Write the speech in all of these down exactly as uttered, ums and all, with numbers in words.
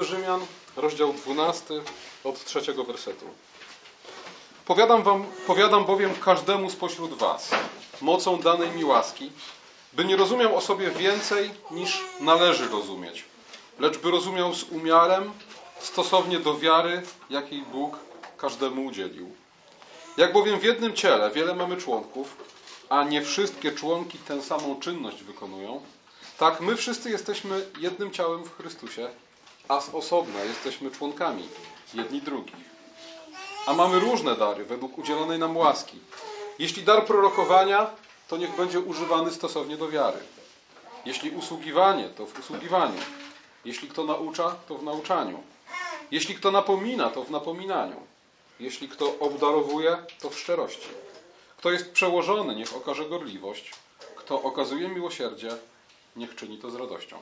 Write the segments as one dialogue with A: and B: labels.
A: Rzymian, rozdział dwunasty, od trzeciego wersetu. Powiadam wam, powiadam bowiem każdemu spośród was, mocą danej mi łaski, by nie rozumiał o sobie więcej, niż należy rozumieć, lecz by rozumiał z umiarem, stosownie do wiary, jakiej Bóg każdemu udzielił. Jak bowiem w jednym ciele wiele mamy członków, a nie wszystkie członki tę samą czynność wykonują, tak my wszyscy jesteśmy jednym ciałem w Chrystusie, a z osobna jesteśmy członkami jedni drugich. A mamy różne dary według udzielonej nam łaski. Jeśli dar prorokowania, to niech będzie używany stosownie do wiary. Jeśli usługiwanie, to w usługiwaniu. Jeśli kto naucza, to w nauczaniu. Jeśli kto napomina, to w napominaniu. Jeśli kto obdarowuje, to w szczerości. Kto jest przełożony, niech okaże gorliwość. Kto okazuje miłosierdzie, niech czyni to z radością.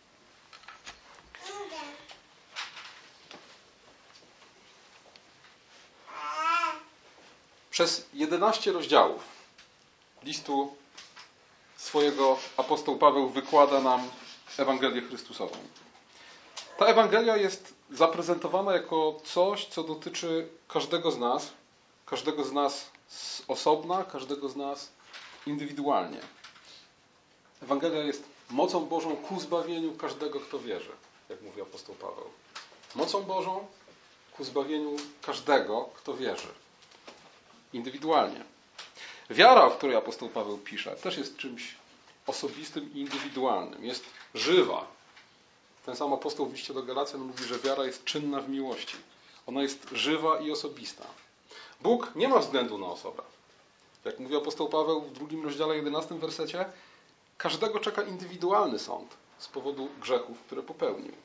A: Przez jedenaście rozdziałów listu swojego apostoł Paweł wykłada nam Ewangelię Chrystusową. Ta Ewangelia jest zaprezentowana jako coś, co dotyczy każdego z nas, każdego z nas z osobna, każdego z nas indywidualnie. Ewangelia jest mocą Bożą ku zbawieniu każdego, kto wierzy, jak mówi apostoł Paweł. Mocą Bożą ku zbawieniu każdego, kto wierzy. Indywidualnie. Wiara, o której apostoł Paweł pisze, też jest czymś osobistym i indywidualnym. Jest żywa. Ten sam apostoł w liście do Galacjan mówi, że wiara jest czynna w miłości. Ona jest żywa i osobista. Bóg nie ma względu na osobę. Jak mówi apostoł Paweł w drugim rozdziale, jedenastym wersecie, każdego czeka indywidualny sąd z powodu grzechów, które popełnił.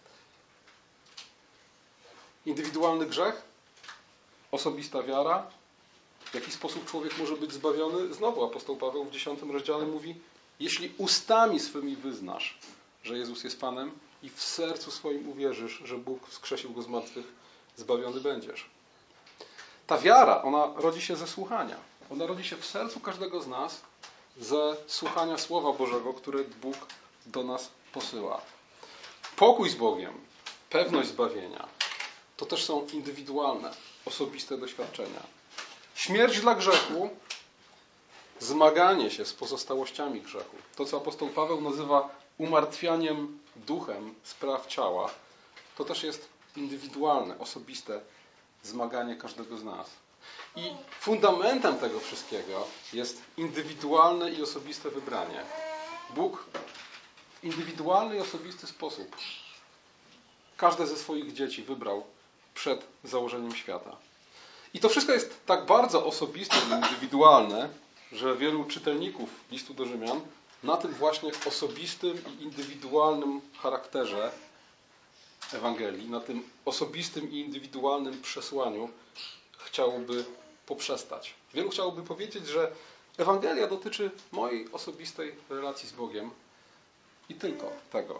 A: Indywidualny grzech, osobista wiara. W jaki sposób człowiek może być zbawiony? Znowu apostoł Paweł w dziesiątym rozdziale mówi: jeśli ustami swymi wyznasz, że Jezus jest Panem i w sercu swoim uwierzysz, że Bóg wskrzesił Go z martwych, zbawiony będziesz. Ta wiara, ona rodzi się ze słuchania. Ona rodzi się w sercu każdego z nas ze słuchania Słowa Bożego, które Bóg do nas posyła. Pokój z Bogiem, pewność zbawienia, to też są indywidualne, osobiste doświadczenia. Śmierć dla grzechu, zmaganie się z pozostałościami grzechu. To, co apostoł Paweł nazywa umartwianiem duchem spraw ciała, to też jest indywidualne, osobiste zmaganie każdego z nas. I fundamentem tego wszystkiego jest indywidualne i osobiste wybranie. Bóg w indywidualny i osobisty sposób każde ze swoich dzieci wybrał przed założeniem świata. I to wszystko jest tak bardzo osobiste i indywidualne, że wielu czytelników listu do Rzymian na tym właśnie osobistym i indywidualnym charakterze Ewangelii, na tym osobistym i indywidualnym przesłaniu chciałoby poprzestać. Wielu chciałoby powiedzieć, że Ewangelia dotyczy mojej osobistej relacji z Bogiem i tylko tego.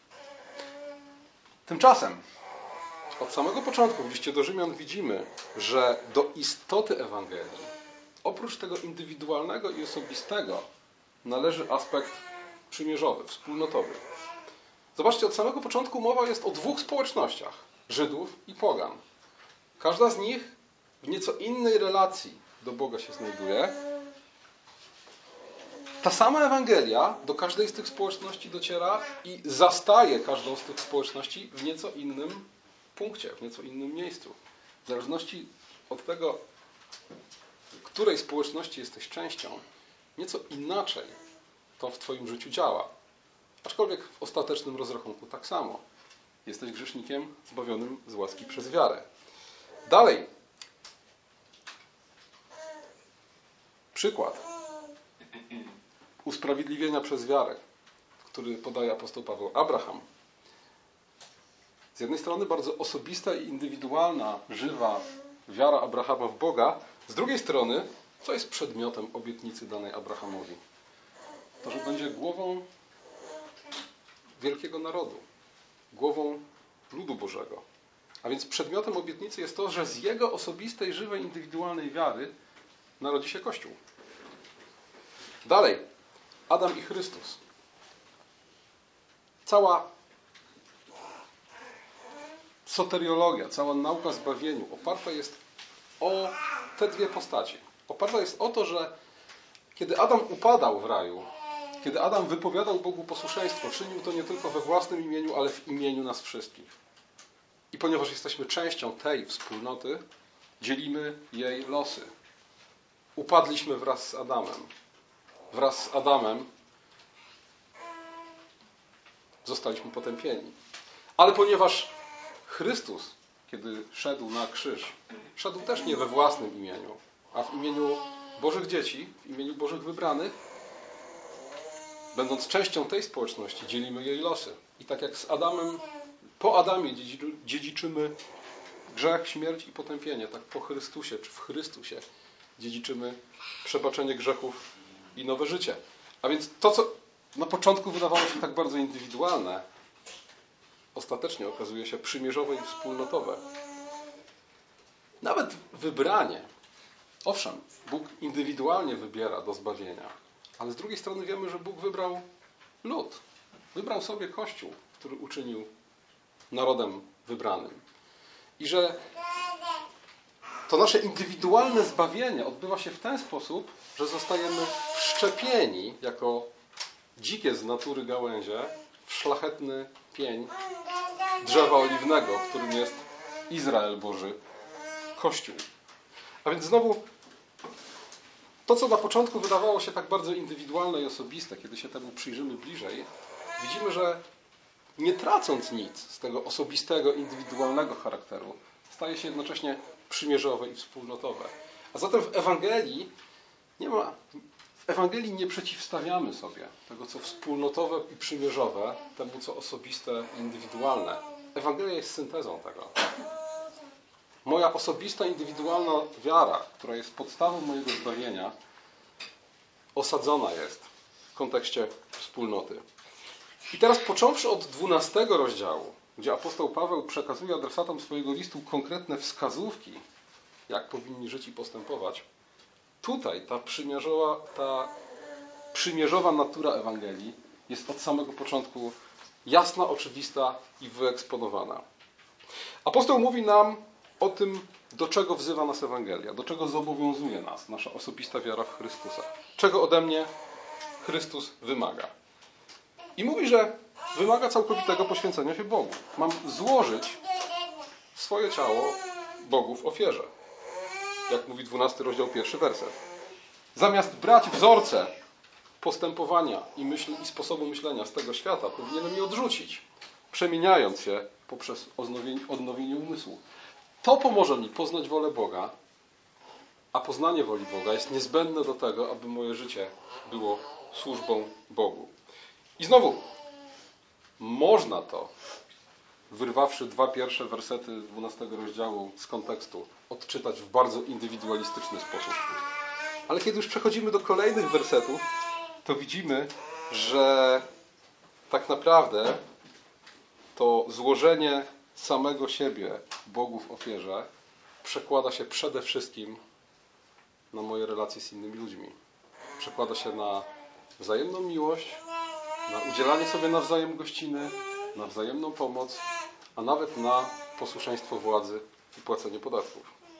A: Tymczasem od samego początku w liście do Rzymian widzimy, że do istoty Ewangelii, oprócz tego indywidualnego i osobistego, należy aspekt przymierzowy, wspólnotowy. Zobaczcie, od samego początku mowa jest o dwóch społecznościach, Żydów i pogan. Każda z nich w nieco innej relacji do Boga się znajduje. Ta sama Ewangelia do każdej z tych społeczności dociera i zastaje każdą z tych społeczności w nieco innym punkcie, w nieco innym miejscu. W zależności od tego, której społeczności jesteś częścią, nieco inaczej to w Twoim życiu działa. Aczkolwiek w ostatecznym rozrachunku tak samo. Jesteś grzesznikiem zbawionym z łaski przez wiarę. Dalej. Przykład usprawiedliwienia przez wiarę, który podaje apostoł Paweł. Abraham. Z jednej strony bardzo osobista i indywidualna, żywa wiara Abrahama w Boga. Z drugiej strony, co jest przedmiotem obietnicy danej Abrahamowi? To, że będzie głową wielkiego narodu. Głową ludu Bożego. A więc przedmiotem obietnicy jest to, że z jego osobistej, żywej, indywidualnej wiary narodzi się Kościół. Dalej. Adam i Chrystus. Cała soteriologia, cała nauka o zbawieniu oparta jest o te dwie postaci. Oparta jest o to, że kiedy Adam upadał w raju, kiedy Adam wypowiadał Bogu posłuszeństwo, czynił to nie tylko we własnym imieniu, ale w imieniu nas wszystkich. I ponieważ jesteśmy częścią tej wspólnoty, dzielimy jej losy. Upadliśmy wraz z Adamem. Wraz z Adamem zostaliśmy potępieni. Ale ponieważ Chrystus, kiedy szedł na krzyż, szedł też nie we własnym imieniu, a w imieniu Bożych dzieci, w imieniu Bożych wybranych, będąc częścią tej społeczności, dzielimy jej losy. I tak jak z Adamem, po Adamie dziedziczymy grzech, śmierć i potępienie, tak po Chrystusie, czy w Chrystusie dziedziczymy przebaczenie grzechów i nowe życie. A więc to, co na początku wydawało się tak bardzo indywidualne, ostatecznie okazuje się przymierzowe i wspólnotowe. Nawet wybranie. Owszem, Bóg indywidualnie wybiera do zbawienia, ale z drugiej strony wiemy, że Bóg wybrał lud. Wybrał sobie Kościół, który uczynił narodem wybranym. I że to nasze indywidualne zbawienie odbywa się w ten sposób, że zostajemy wszczepieni jako dzikie z natury gałęzie w szlachetny pień drzewa oliwnego, którym jest Izrael Boży, Kościół. A więc znowu to, co na początku wydawało się tak bardzo indywidualne i osobiste, kiedy się temu przyjrzymy bliżej, widzimy, że nie tracąc nic z tego osobistego, indywidualnego charakteru, staje się jednocześnie przymierzowe i wspólnotowe. A zatem w Ewangelii nie ma, w Ewangelii nie przeciwstawiamy sobie tego, co wspólnotowe i przymierzowe, temu, co osobiste i indywidualne. Ewangelia jest syntezą tego. Moja osobista, indywidualna wiara, która jest podstawą mojego zbawienia, osadzona jest w kontekście wspólnoty. I teraz począwszy od dwunastego rozdziału, gdzie apostoł Paweł przekazuje adresatom swojego listu konkretne wskazówki, jak powinni żyć i postępować, tutaj ta przymierzowa, ta przymierzowa natura Ewangelii jest od samego początku jasna, oczywista i wyeksponowana. Apostoł mówi nam o tym, do czego wzywa nas Ewangelia, do czego zobowiązuje nas nasza osobista wiara w Chrystusa. Czego ode mnie Chrystus wymaga. I mówi, że wymaga całkowitego poświęcenia się Bogu. Mam złożyć swoje ciało Bogu w ofierze. Jak mówi dwunasty rozdział, pierwszy werset. Zamiast brać wzorce postępowania i, myśl, i sposobu myślenia z tego świata, powinienem je odrzucić, przemieniając się poprzez odnowienie umysłu. To pomoże mi poznać wolę Boga, a poznanie woli Boga jest niezbędne do tego, aby moje życie było służbą Bogu. I znowu, można to, wyrwawszy dwa pierwsze wersety dwunastego rozdziału z kontekstu, odczytać w bardzo indywidualistyczny sposób. Ale kiedy już przechodzimy do kolejnych wersetów, to widzimy, że tak naprawdę to złożenie samego siebie Bogu w ofierze przekłada się przede wszystkim na moje relacje z innymi ludźmi. Przekłada się na wzajemną miłość, na udzielanie sobie nawzajem gościny, na wzajemną pomoc, a nawet na posłuszeństwo władzy i płacenie podatków.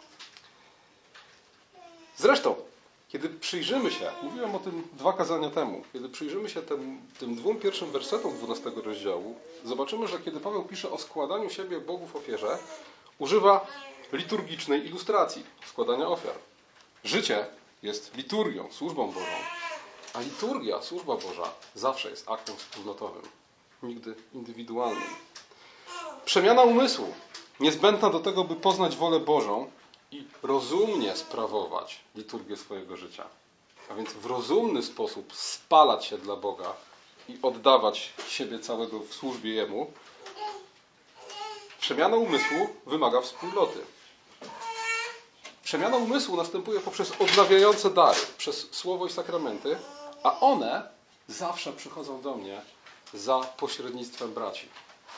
A: Zresztą, kiedy przyjrzymy się, mówiłem o tym dwa kazania temu, kiedy przyjrzymy się tym, tym dwóm pierwszym wersetom dwunastego rozdziału, zobaczymy, że kiedy Paweł pisze o składaniu siebie Bogu w ofierze, używa liturgicznej ilustracji składania ofiar. Życie jest liturgią, służbą Bożą, a liturgia, służba Boża zawsze jest aktem wspólnotowym, nigdy indywidualnym. Przemiana umysłu, niezbędna do tego, by poznać wolę Bożą i rozumnie sprawować liturgię swojego życia. A więc w rozumny sposób spalać się dla Boga i oddawać siebie całego w służbie Jemu. Przemiana umysłu wymaga wspólnoty. Przemiana umysłu następuje poprzez odnawiające dary, przez słowo i sakramenty, a one zawsze przychodzą do mnie za pośrednictwem braci.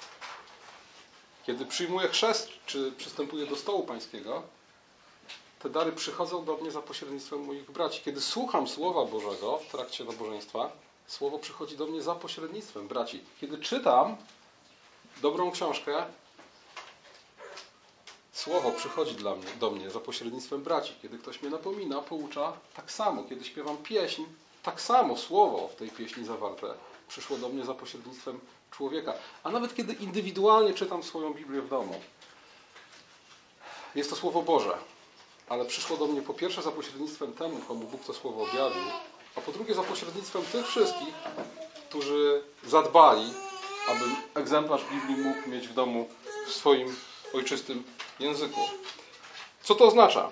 A: Kiedy przyjmuję chrzest, czy przystępuję do stołu pańskiego, te dary przychodzą do mnie za pośrednictwem moich braci. Kiedy słucham Słowa Bożego w trakcie nabożeństwa, Słowo przychodzi do mnie za pośrednictwem braci. Kiedy czytam dobrą książkę, Słowo przychodzi dla mnie, do mnie za pośrednictwem braci. Kiedy ktoś mnie napomina, poucza, tak samo. Kiedy śpiewam pieśń, tak samo słowo w tej pieśni zawarte przyszło do mnie za pośrednictwem człowieka. A nawet kiedy indywidualnie czytam swoją Biblię w domu, jest to Słowo Boże, ale przyszło do mnie po pierwsze za pośrednictwem temu, komu Bóg to Słowo objawił, a po drugie za pośrednictwem tych wszystkich, którzy zadbali, abym egzemplarz Biblii mógł mieć w domu w swoim ojczystym języku. Co to oznacza?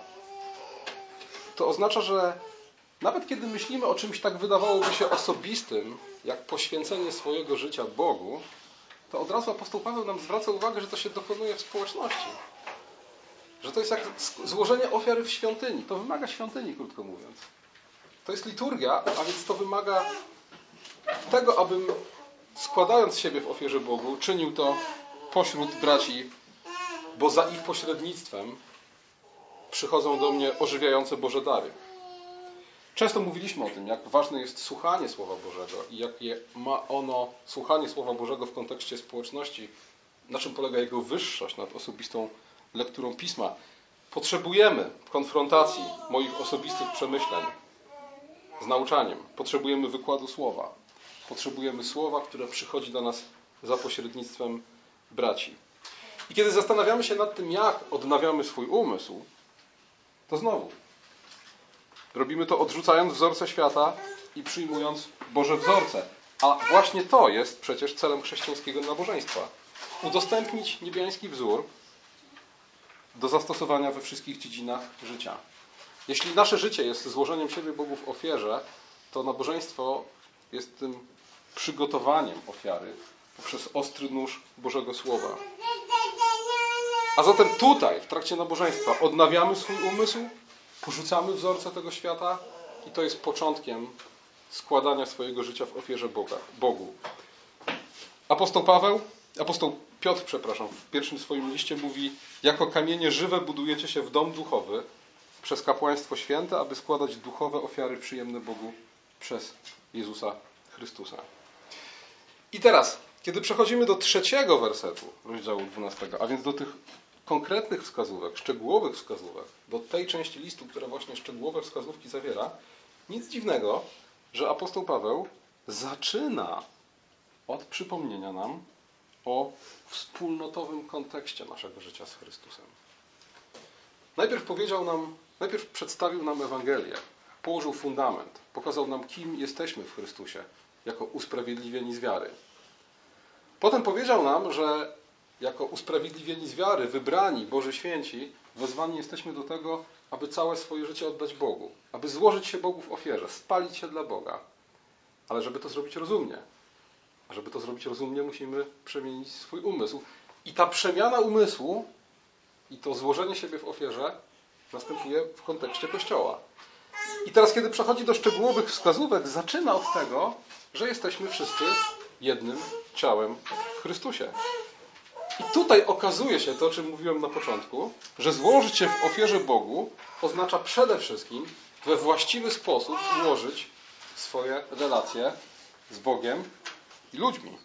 A: To oznacza, że nawet kiedy myślimy o czymś tak wydawałoby się osobistym, jak poświęcenie swojego życia Bogu, to od razu apostoł Paweł nam zwraca uwagę, że to się dokonuje w społeczności. Że to jest jak złożenie ofiary w świątyni. To wymaga świątyni, krótko mówiąc. To jest liturgia, a więc to wymaga tego, abym składając siebie w ofierze Bogu, czynił to pośród braci, bo za ich pośrednictwem przychodzą do mnie ożywiające Boże dary. Często mówiliśmy o tym, jak ważne jest słuchanie Słowa Bożego i jakie ma ono, słuchanie Słowa Bożego w kontekście społeczności, na czym polega jego wyższość nad osobistą lekturą Pisma. Potrzebujemy konfrontacji moich osobistych przemyśleń z nauczaniem. Potrzebujemy wykładu Słowa. Potrzebujemy Słowa, które przychodzi do nas za pośrednictwem braci. I kiedy zastanawiamy się nad tym, jak odnawiamy swój umysł, to znowu robimy to odrzucając wzorce świata i przyjmując Boże wzorce. A właśnie to jest przecież celem chrześcijańskiego nabożeństwa. Udostępnić niebiański wzór do zastosowania we wszystkich dziedzinach życia. Jeśli nasze życie jest złożeniem siebie Bogu w ofierze, to nabożeństwo jest tym przygotowaniem ofiary poprzez ostry nóż Bożego Słowa. A zatem tutaj, w trakcie nabożeństwa, odnawiamy swój umysł, porzucamy wzorce tego świata i to jest początkiem składania swojego życia w ofierze Boga, Bogu. Apostoł Paweł, apostoł Piotr, przepraszam, w pierwszym swoim liście mówi: jako kamienie żywe budujecie się w dom duchowy przez kapłaństwo święte, aby składać duchowe ofiary przyjemne Bogu przez Jezusa Chrystusa. I teraz, kiedy przechodzimy do trzeciego wersetu rozdziału dwunastego, a więc do tych konkretnych wskazówek, szczegółowych wskazówek, do tej części listu, która właśnie szczegółowe wskazówki zawiera, nic dziwnego, że apostoł Paweł zaczyna od przypomnienia nam o wspólnotowym kontekście naszego życia z Chrystusem. Najpierw powiedział nam, najpierw przedstawił nam Ewangelię, położył fundament, pokazał nam, kim jesteśmy w Chrystusie, jako usprawiedliwieni z wiary. Potem powiedział nam, że jako usprawiedliwieni z wiary, wybrani, Boży święci, wezwani jesteśmy do tego, aby całe swoje życie oddać Bogu, aby złożyć się Bogu w ofierze, spalić się dla Boga. Ale żeby to zrobić rozumnie. A żeby to zrobić rozumnie, musimy przemienić swój umysł. I ta przemiana umysłu i to złożenie siebie w ofierze następuje w kontekście Kościoła. I teraz, kiedy przechodzi do szczegółowych wskazówek, zaczyna od tego, że jesteśmy wszyscy jednym ciałem w Chrystusie. I tutaj okazuje się to, o czym mówiłem na początku, że złożyć się w ofierze Bogu oznacza przede wszystkim we właściwy sposób ułożyć swoje relacje z Bogiem i ludźmi.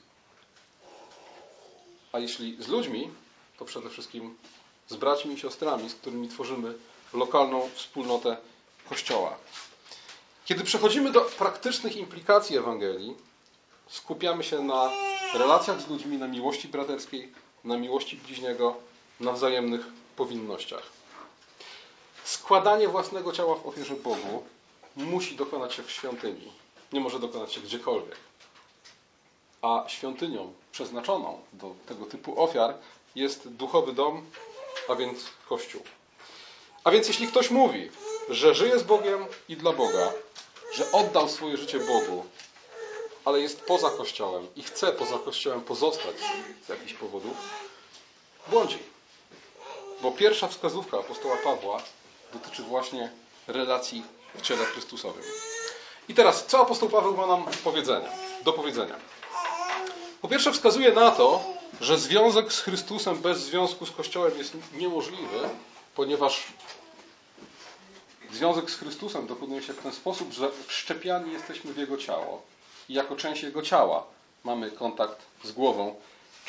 A: A jeśli z ludźmi, to przede wszystkim z braćmi i siostrami, z którymi tworzymy lokalną wspólnotę Kościoła. Kiedy przechodzimy do praktycznych implikacji Ewangelii, skupiamy się na relacjach z ludźmi, na miłości braterskiej, na miłości bliźniego, na wzajemnych powinnościach. Składanie własnego ciała w ofierze Bogu musi dokonać się w świątyni. Nie może dokonać się gdziekolwiek. A świątynią przeznaczoną do tego typu ofiar jest duchowy dom, a więc Kościół. A więc jeśli ktoś mówi, że żyje z Bogiem i dla Boga, że oddał swoje życie Bogu, ale jest poza Kościołem i chce poza Kościołem pozostać z jakichś powodów, błądzi. Bo pierwsza wskazówka apostoła Pawła dotyczy właśnie relacji w ciele Chrystusowym. I teraz, co apostoł Paweł ma nam powiedzenia, do powiedzenia? Po pierwsze, wskazuje na to, że związek z Chrystusem bez związku z Kościołem jest niemożliwy, ponieważ związek z Chrystusem dokonuje się w ten sposób, że wszczepiani jesteśmy w Jego ciało i jako część Jego ciała mamy kontakt z głową,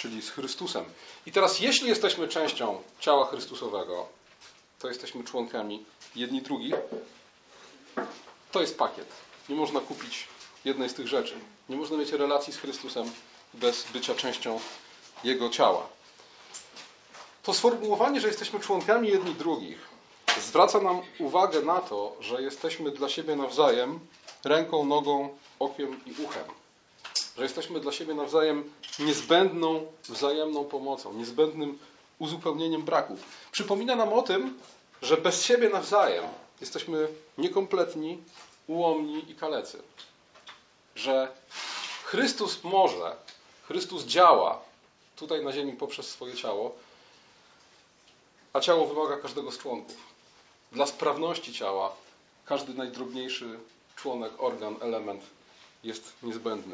A: czyli z Chrystusem. I teraz, jeśli jesteśmy częścią ciała Chrystusowego, to jesteśmy członkami jedni drugich, to jest pakiet. Nie można kupić jednej z tych rzeczy. Nie można mieć relacji z Chrystusem bez bycia częścią Jego ciała. To sformułowanie, że jesteśmy członkami jedni drugich, zwraca nam uwagę na to, że jesteśmy dla siebie nawzajem ręką, nogą, okiem i uchem. Że jesteśmy dla siebie nawzajem niezbędną, wzajemną pomocą, niezbędnym uzupełnieniem braków. Przypomina nam o tym, że bez siebie nawzajem jesteśmy niekompletni, ułomni i kalecy. Że Chrystus może, Chrystus działa tutaj na ziemi poprzez swoje ciało, a ciało wymaga każdego z członków. Dla sprawności ciała każdy najdrobniejszy członek, organ, element jest niezbędny.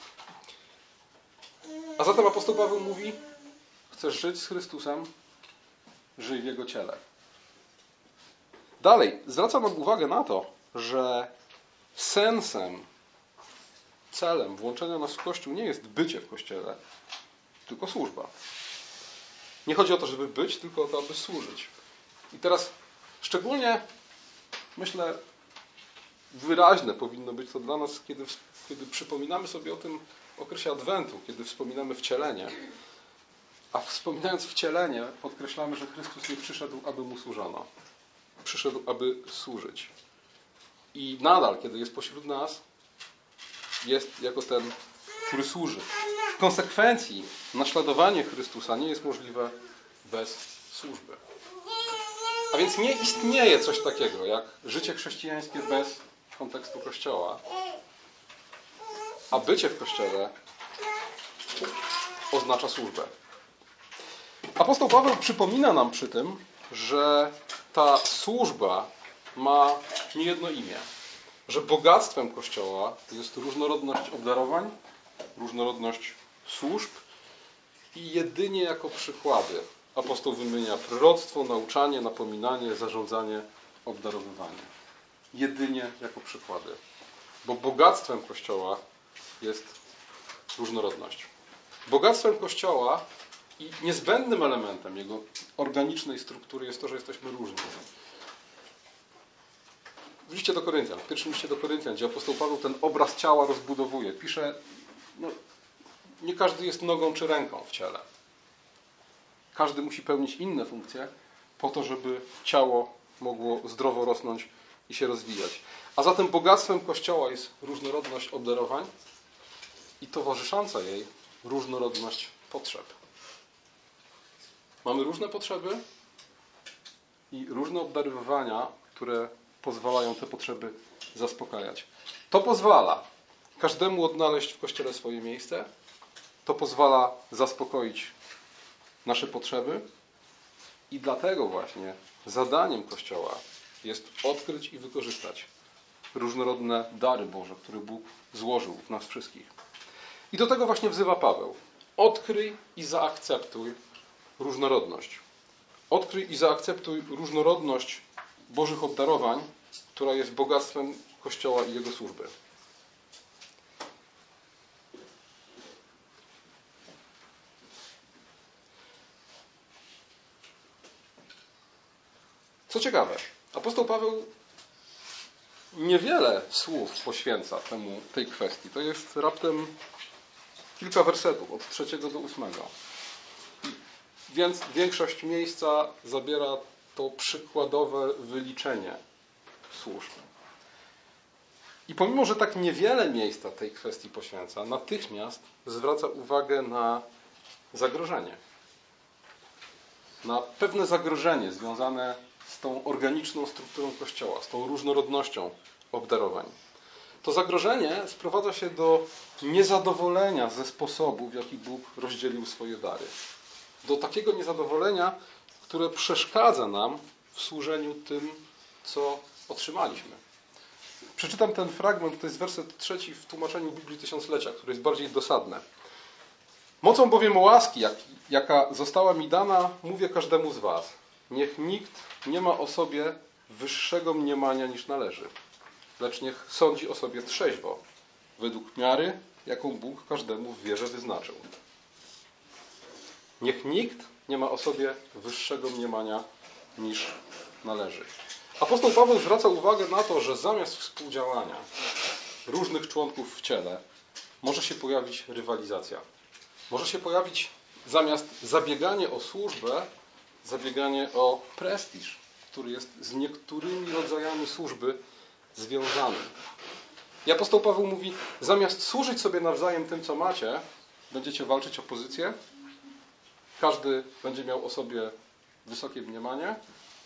A: A zatem apostoł Paweł mówi: chcesz żyć z Chrystusem? Żyj w Jego ciele. Dalej, zwraca nam uwagę na to, że sensem, celem włączenia nas w Kościół nie jest bycie w Kościele, tylko służba. Nie chodzi o to, żeby być, tylko o to, aby służyć. I teraz szczególnie, myślę, wyraźne powinno być to dla nas, kiedy, kiedy przypominamy sobie o tym okresie Adwentu, kiedy wspominamy wcielenie. A wspominając wcielenie, podkreślamy, że Chrystus nie przyszedł, aby Mu służono. Przyszedł, aby służyć. I nadal, kiedy jest pośród nas, jest jako ten, który służy. W konsekwencji naśladowanie Chrystusa nie jest możliwe bez służby. A więc nie istnieje coś takiego jak życie chrześcijańskie bez kontekstu Kościoła. A bycie w Kościele oznacza służbę. Apostoł Paweł przypomina nam przy tym, że ta służba ma niejedno imię. Że bogactwem Kościoła jest różnorodność obdarowań, różnorodność służb i jedynie jako przykłady apostoł wymienia proroctwo, nauczanie, napominanie, zarządzanie, obdarowywanie. Jedynie jako przykłady. Bo bogactwem Kościoła jest różnorodność. Bogactwem Kościoła i niezbędnym elementem jego organicznej struktury jest to, że jesteśmy różni. W liście do Koryntian, w pierwszym liście do Koryntian, gdzie apostoł Paweł ten obraz ciała rozbudowuje, pisze, no, nie każdy jest nogą czy ręką w ciele. Każdy musi pełnić inne funkcje po to, żeby ciało mogło zdrowo rosnąć i się rozwijać. A zatem bogactwem Kościoła jest różnorodność obdarowań i towarzysząca jej różnorodność potrzeb. Mamy różne potrzeby i różne obdarowania, które pozwalają te potrzeby zaspokajać. To pozwala każdemu odnaleźć w Kościele swoje miejsce. To pozwala zaspokoić nasze potrzeby. I dlatego właśnie zadaniem Kościoła jest odkryć i wykorzystać różnorodne dary Boże, które Bóg złożył w nas wszystkich. I do tego właśnie wzywa Paweł. Odkryj i zaakceptuj różnorodność. Odkryj i zaakceptuj różnorodność Bożych obdarowań, która jest bogactwem Kościoła i jego służby. Co ciekawe, apostoł Paweł niewiele słów poświęca temu, tej kwestii. To jest raptem kilka wersetów, od trzeciego do ósmego. Więc większość miejsca zabiera to przykładowe wyliczenie służb. I pomimo, że tak niewiele miejsca tej kwestii poświęca, natychmiast zwraca uwagę na zagrożenie. Na pewne zagrożenie związane z tą organiczną strukturą Kościoła, z tą różnorodnością obdarowań. To zagrożenie sprowadza się do niezadowolenia ze sposobu, w jaki Bóg rozdzielił swoje dary. Do takiego niezadowolenia, które przeszkadza nam w służeniu tym, co otrzymaliśmy. Przeczytam ten fragment, to jest werset trzeci w tłumaczeniu Biblii Tysiąclecia, które jest bardziej dosadne. Mocą bowiem łaski, jak, jaka została mi dana, mówię każdemu z was. Niech nikt nie ma o sobie wyższego mniemania niż należy, lecz niech sądzi o sobie trzeźwo, według miary, jaką Bóg każdemu w wierze wyznaczył. Niech nikt nie ma o sobie wyższego mniemania niż należy. Apostoł Paweł zwraca uwagę na to, że zamiast współdziałania różnych członków w ciele może się pojawić rywalizacja. Może się pojawić zamiast zabieganie o służbę, zabieganie o prestiż, który jest z niektórymi rodzajami służby związany. I apostoł Paweł mówi, zamiast służyć sobie nawzajem tym, co macie, będziecie walczyć o pozycję. Każdy będzie miał o sobie wysokie mniemanie.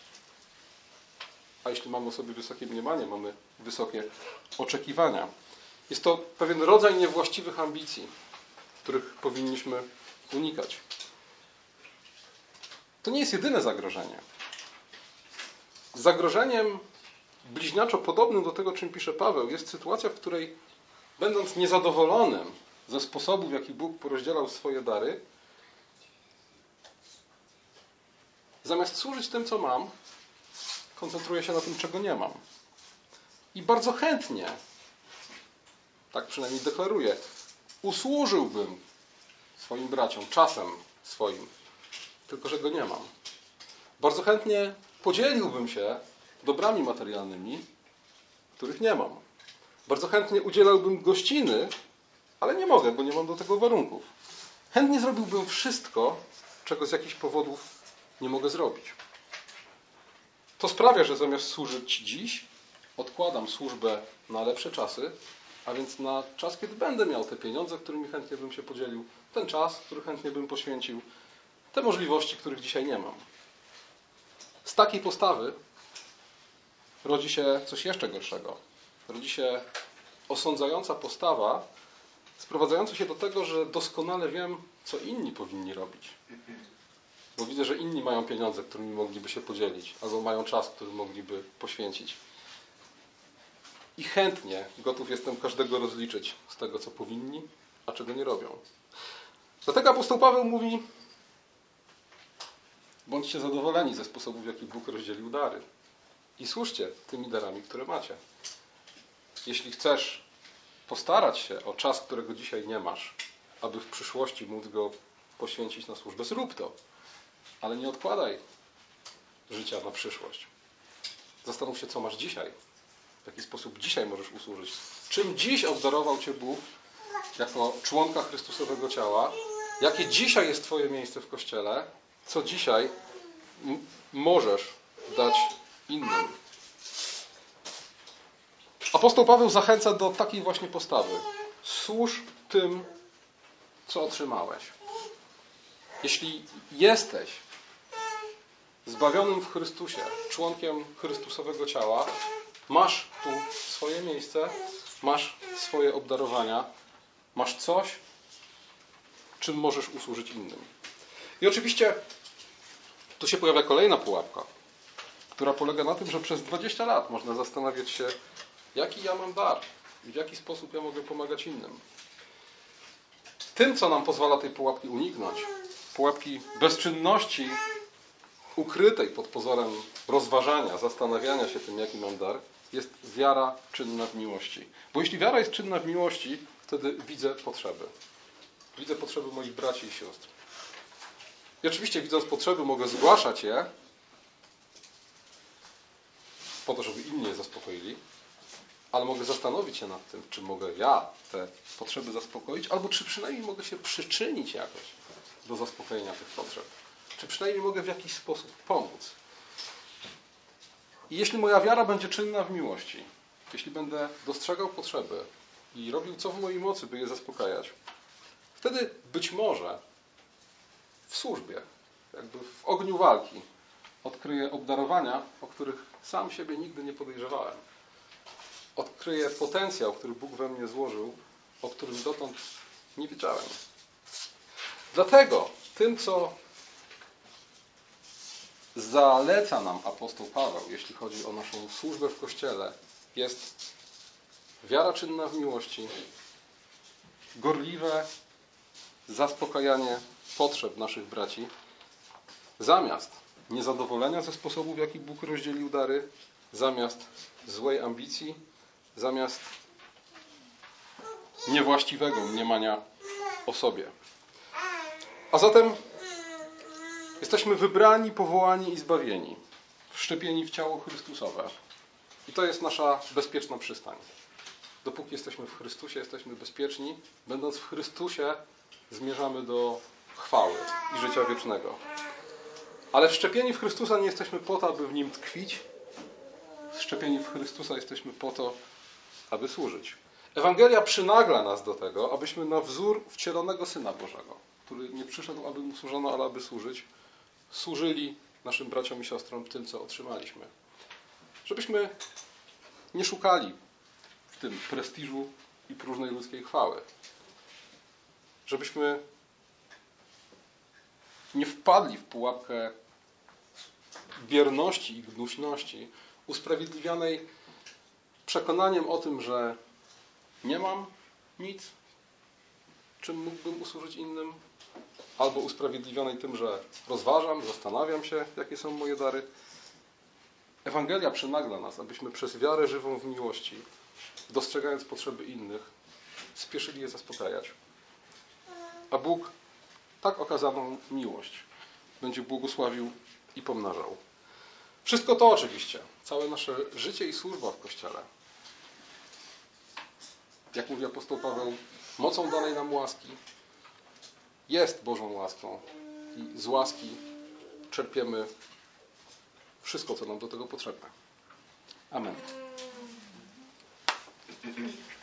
A: A jeśli mamy o sobie wysokie mniemanie, mamy wysokie oczekiwania. Jest to pewien rodzaj niewłaściwych ambicji, których powinniśmy unikać. To nie jest jedyne zagrożenie. Zagrożeniem bliźniaczo podobnym do tego, czym pisze Paweł, jest sytuacja, w której będąc niezadowolonym ze sposobu, w jaki Bóg porozdzielał swoje dary, zamiast służyć tym, co mam, koncentruję się na tym, czego nie mam. I bardzo chętnie, tak przynajmniej deklaruję, usłużyłbym swoim braciom, czasem swoim, tylko że go nie mam. Bardzo chętnie podzieliłbym się dobrami materialnymi, których nie mam. Bardzo chętnie udzielałbym gościny, ale nie mogę, bo nie mam do tego warunków. Chętnie zrobiłbym wszystko, czego z jakichś powodów nie mogę zrobić. To sprawia, że zamiast służyć dziś, odkładam służbę na lepsze czasy, a więc na czas, kiedy będę miał te pieniądze, którymi chętnie bym się podzielił, ten czas, który chętnie bym poświęcił, te możliwości, których dzisiaj nie mam. Z takiej postawy rodzi się coś jeszcze gorszego. Rodzi się osądzająca postawa, sprowadzająca się do tego, że doskonale wiem, co inni powinni robić. Bo widzę, że inni mają pieniądze, którymi mogliby się podzielić, albo mają czas, który mogliby poświęcić. I chętnie gotów jestem każdego rozliczyć z tego, co powinni, a czego nie robią. Dlatego apostoł Paweł mówi, bądźcie zadowoleni ze sposobu, w jaki Bóg rozdzielił dary. I służcie tymi darami, które macie. Jeśli chcesz postarać się o czas, którego dzisiaj nie masz, aby w przyszłości móc go poświęcić na służbę, zrób to. Ale nie odkładaj życia na przyszłość. Zastanów się, co masz dzisiaj. W jaki sposób dzisiaj możesz usłużyć. Czym dziś obdarował Cię Bóg jako członka Chrystusowego ciała. Jakie dzisiaj jest Twoje miejsce w Kościele. Co dzisiaj m- możesz dać innym. Apostoł Paweł zachęca do takiej właśnie postawy. Służ tym, co otrzymałeś. Jeśli jesteś zbawionym w Chrystusie, członkiem Chrystusowego ciała, masz tu swoje miejsce, masz swoje obdarowania, masz coś, czym możesz usłużyć innym. I oczywiście tu się pojawia kolejna pułapka, która polega na tym, że przez dwadzieścia lat można zastanawiać się, jaki ja mam dar i w jaki sposób ja mogę pomagać innym. Tym, co nam pozwala tej pułapki uniknąć, pułapki bezczynności ukrytej pod pozorem rozważania, zastanawiania się tym, jaki mam dar, jest wiara czynna w miłości. Bo jeśli wiara jest czynna w miłości, wtedy widzę potrzeby. Widzę potrzeby moich braci i sióstr. I oczywiście, widząc potrzeby, mogę zgłaszać je po to, żeby inni je zaspokoili, ale mogę zastanowić się nad tym, czy mogę ja te potrzeby zaspokoić, albo czy przynajmniej mogę się przyczynić jakoś do zaspokojenia tych potrzeb. Czy przynajmniej mogę w jakiś sposób pomóc. I jeśli moja wiara będzie czynna w miłości, jeśli będę dostrzegał potrzeby i robił co w mojej mocy, by je zaspokajać, wtedy być może w służbie, jakby w ogniu walki, odkryję obdarowania, o których sam siebie nigdy nie podejrzewałem. Odkryję potencjał, który Bóg we mnie złożył, o którym dotąd nie wiedziałem. Dlatego tym, co zaleca nam apostoł Paweł, jeśli chodzi o naszą służbę w Kościele, jest wiara czynna w miłości, gorliwe zaspokajanie potrzeb naszych braci, zamiast niezadowolenia ze sposobu, w jaki Bóg rozdzielił dary, zamiast złej ambicji, zamiast niewłaściwego mniemania o sobie. A zatem Jesteśmy wybrani, powołani i zbawieni. Wszczepieni w ciało Chrystusowe. I to jest nasza bezpieczna przystań. Dopóki jesteśmy w Chrystusie, jesteśmy bezpieczni. Będąc w Chrystusie, zmierzamy do chwały i życia wiecznego. Ale wszczepieni w Chrystusa nie jesteśmy po to, aby w Nim tkwić. Wszczepieni w Chrystusa jesteśmy po to, aby służyć. Ewangelia przynagla nas do tego, abyśmy na wzór wcielonego Syna Bożego, który nie przyszedł, aby Mu służono, ale aby służyć, służyli naszym braciom i siostrom tym, co otrzymaliśmy. Żebyśmy nie szukali w tym prestiżu i próżnej ludzkiej chwały. Żebyśmy nie wpadli w pułapkę bierności i gnuśności, usprawiedliwianej przekonaniem o tym, że nie mam nic, czym mógłbym usłużyć innym, albo usprawiedliwionej tym, że rozważam, zastanawiam się, jakie są moje dary. Ewangelia przynagla nas, abyśmy przez wiarę żywą w miłości, dostrzegając potrzeby innych, spieszyli je zaspokajać. A Bóg tak okazaną miłość będzie błogosławił i pomnażał. Wszystko to oczywiście, całe nasze życie i służba w Kościele, jak mówi apostoł Paweł, mocą danej nam łaski, jest Bożą łaską i z łaski czerpiemy wszystko, co nam do tego potrzebne. Amen.